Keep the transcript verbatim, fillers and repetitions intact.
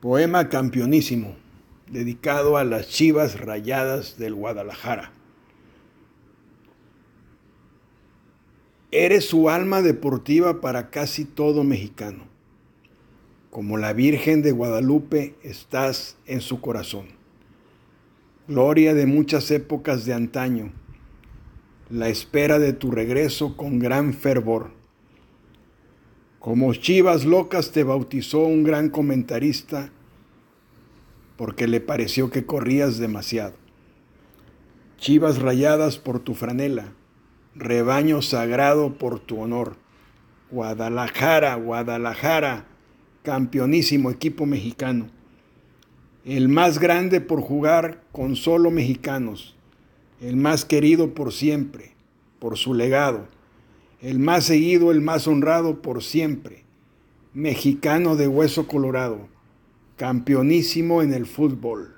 Poema campeonísimo, dedicado a las Chivas Rayadas del Guadalajara. Eres su alma deportiva para casi todo mexicano. Como la Virgen de Guadalupe estás en su corazón. Gloria de muchas épocas de antaño, la espera de tu regreso con gran fervor. Como Chivas locas te bautizó un gran comentarista porque le pareció que corrías demasiado. Chivas rayadas por tu franela, rebaño sagrado por tu honor. Guadalajara, Guadalajara, campeonísimo equipo mexicano. El más grande por jugar con solo mexicanos, el más querido por siempre, por su legado, el más seguido, el más honrado por siempre, mexicano de hueso colorado, campeonísimo en el fútbol.